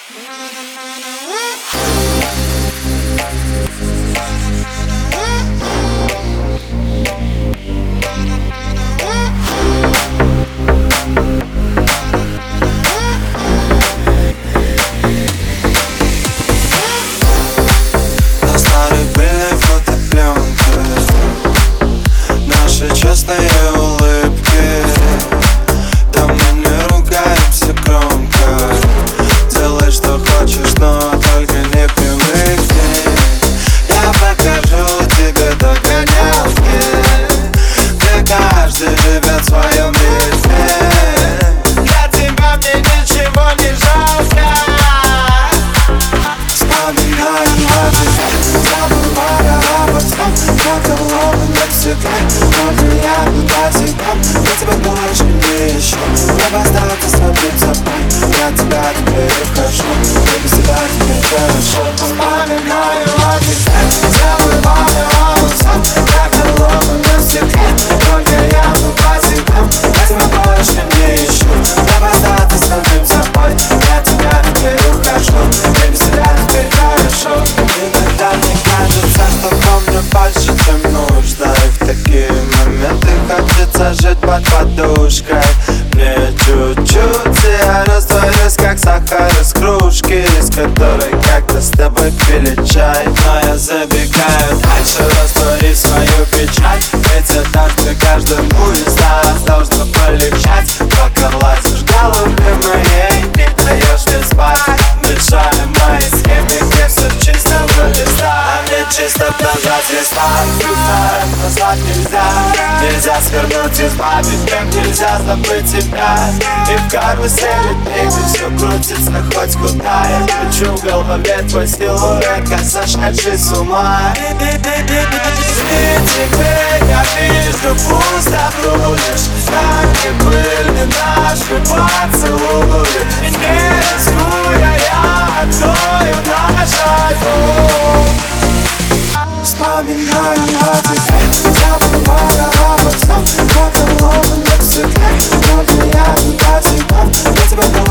На старой пыльной фотопленке наши честные улыбки. Да мы не ругаемся громко. Делай, что хочешь, но только не привыкни. Я покажу тебе догонялки, где каждый живет в своем ритме. Для тебя мне ничего не жалко. Вспоминаю лапы, забываю обо всем, как ловы навсегда. Но приятно до сих пор, я тебя больше не ищу. Я остался своим собой, я тебя теперь ухожу. Я без тебя теперь хорошо. Вспоминаю лапы, забываю обо всем, как ловы навсегда. Только я до сих пор, я тебя больше не ищу. Я остался своим собой, я тебя теперь ухожу. Я без тебя теперь хорошо. Иногда мне кажется, что помню больше, чем нужно. И в такие моменты хочется жить под подушкой. Мне чуть-чуть, и я растворюсь, как сахар из кружки, из которой как-то с тобой пили чай. Но я забегаю дальше, растворив свою печаль. Ведь это для каждому из нас должно полегчать. Пока лазишь головы моей, не даешь мне спать, мешая моей схеме, где все с чистого листа. А мне чисто нажать рестарт, рестарт назвать нельзя. Нельзя свернуть, избавить, как нельзя забыть тебя. И в карусели двигай, все крутится хоть куда. Я кручу в голове твой силуэт, как сошедший с ума. И теперь я вижу, пусто бродишь, как и были наши поцелуи. И не рискуя, я открою наш альбом. Вспоминаю о тебе, забываю обо всем, как ловы навсегда. Только я до сих пор, я тебя